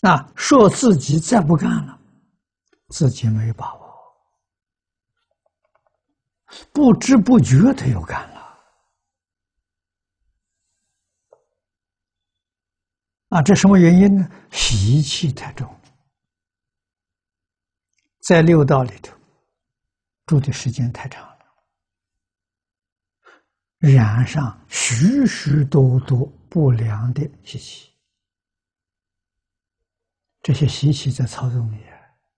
说自己再不干了，自己没有把握，不知不觉他又干了。这什么原因呢？习气太重，在六道里头住的时间太长了，染上许许多多不良的习气，这些习气在操纵你。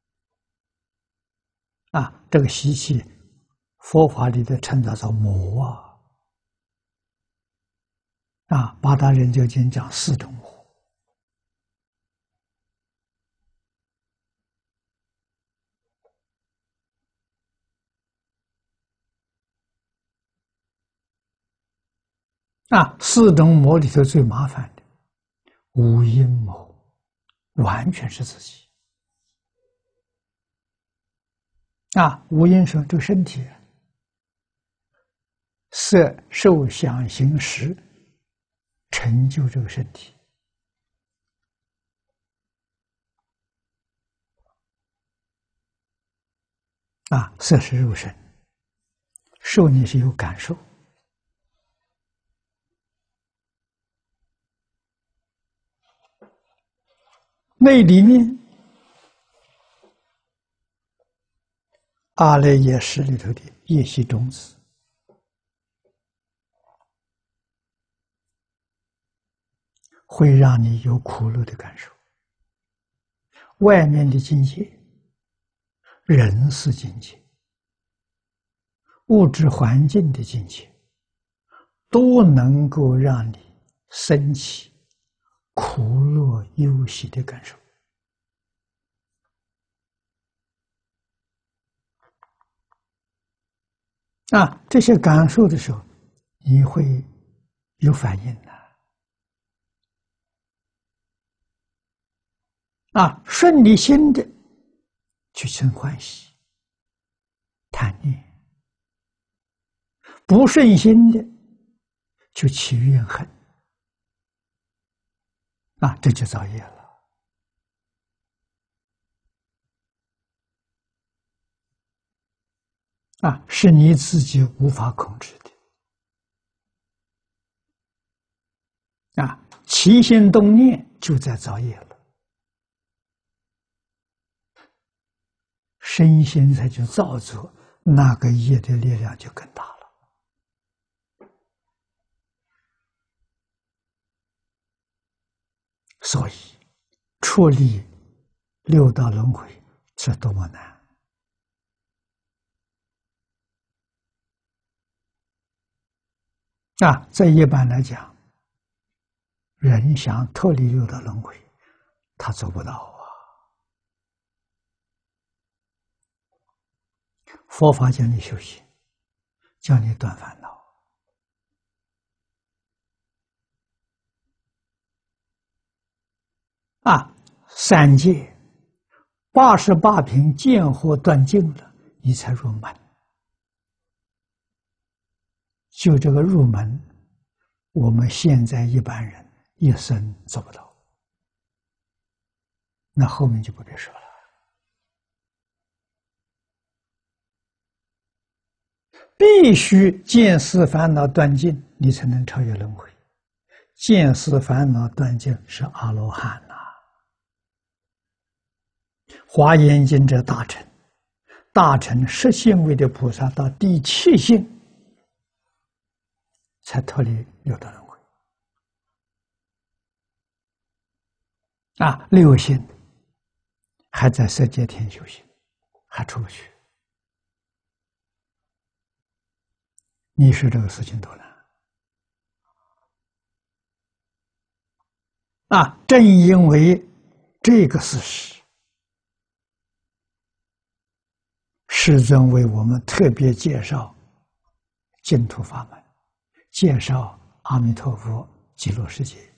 这个习气，佛法里的称它叫魔八大人就经讲四种魔。四种魔里头最麻烦的无阴魔，完全是自己。无阴说这个身体，色受想行识成就这个身体。色是肉身，受你是有感受。那里面阿赖耶识里头的业习种子，会让你有苦乐的感受。外面的境界，人事境界，物质环境的境界，都能够让你升起苦乐忧喜的感受。这些感受的时候，你会有反应顺你心的去生欢喜、贪念，不顺心的就起怨恨，这就造业了。是你自己无法控制的。起心动念就在造业了，身心才就造作，那个业的力量就更大了。所以出离六道轮回是多么难。在一般来讲，人想脱离六道轮回，他做不到佛法教你修行，教你断烦恼。三界88品见惑断尽了，你才入门。就这个入门，我们现在一般人一生做不到，那后面就不必说了。必须见思烦恼断尽，你才能超越轮回。见思烦恼断尽是阿罗汉华严经者大乘，大乘实性位的菩萨到第7性才脱离六道轮回。六性还在色界天修行，还出不去。你说这个事情多难正因为这个事实，世尊为我们特别介绍净土法门，介绍阿弥陀佛极乐世界，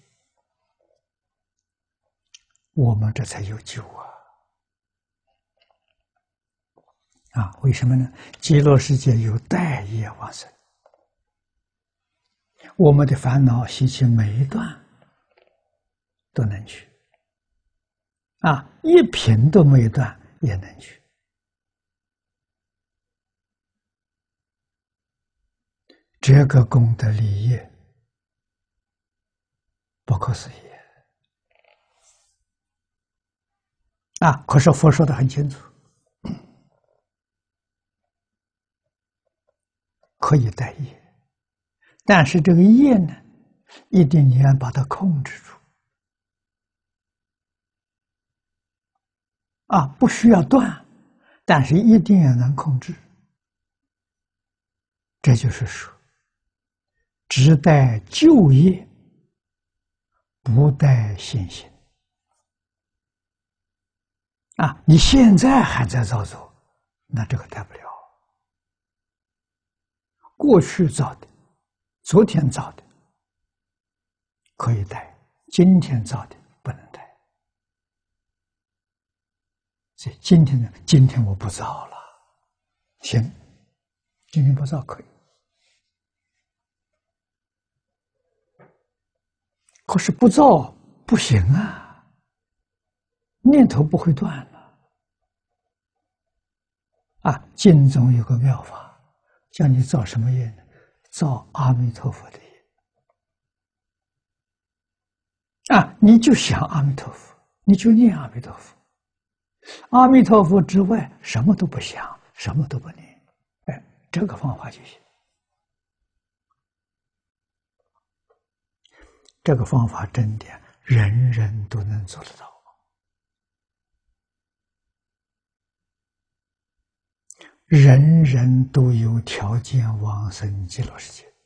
我们这才有救为什么呢？极乐世界有待业往生，我们的烦恼习气每一段都能去一品都没断也能去。这个功德利业不可思议可是佛说的很清楚，可以带业，但是这个业呢，一定你要把它控制住不需要断，但是一定要能控制。这就是说，只带旧业，不带现行。你现在还在造作，那这个带不了。过去造的，昨天造的可以带，今天造的不能带。所以今天呢，今天我不造了，行，今天不造可以。可是不造不行啊，念头不会断了。经中有个妙法，叫你造什么业呢？造阿弥陀佛的业。你就想阿弥陀佛，你就念阿弥陀佛。阿弥陀佛之外，什么都不想，什么都不念。这个方法就行。这个方法真的人人都能做得到。人人都有条件往生极乐世界。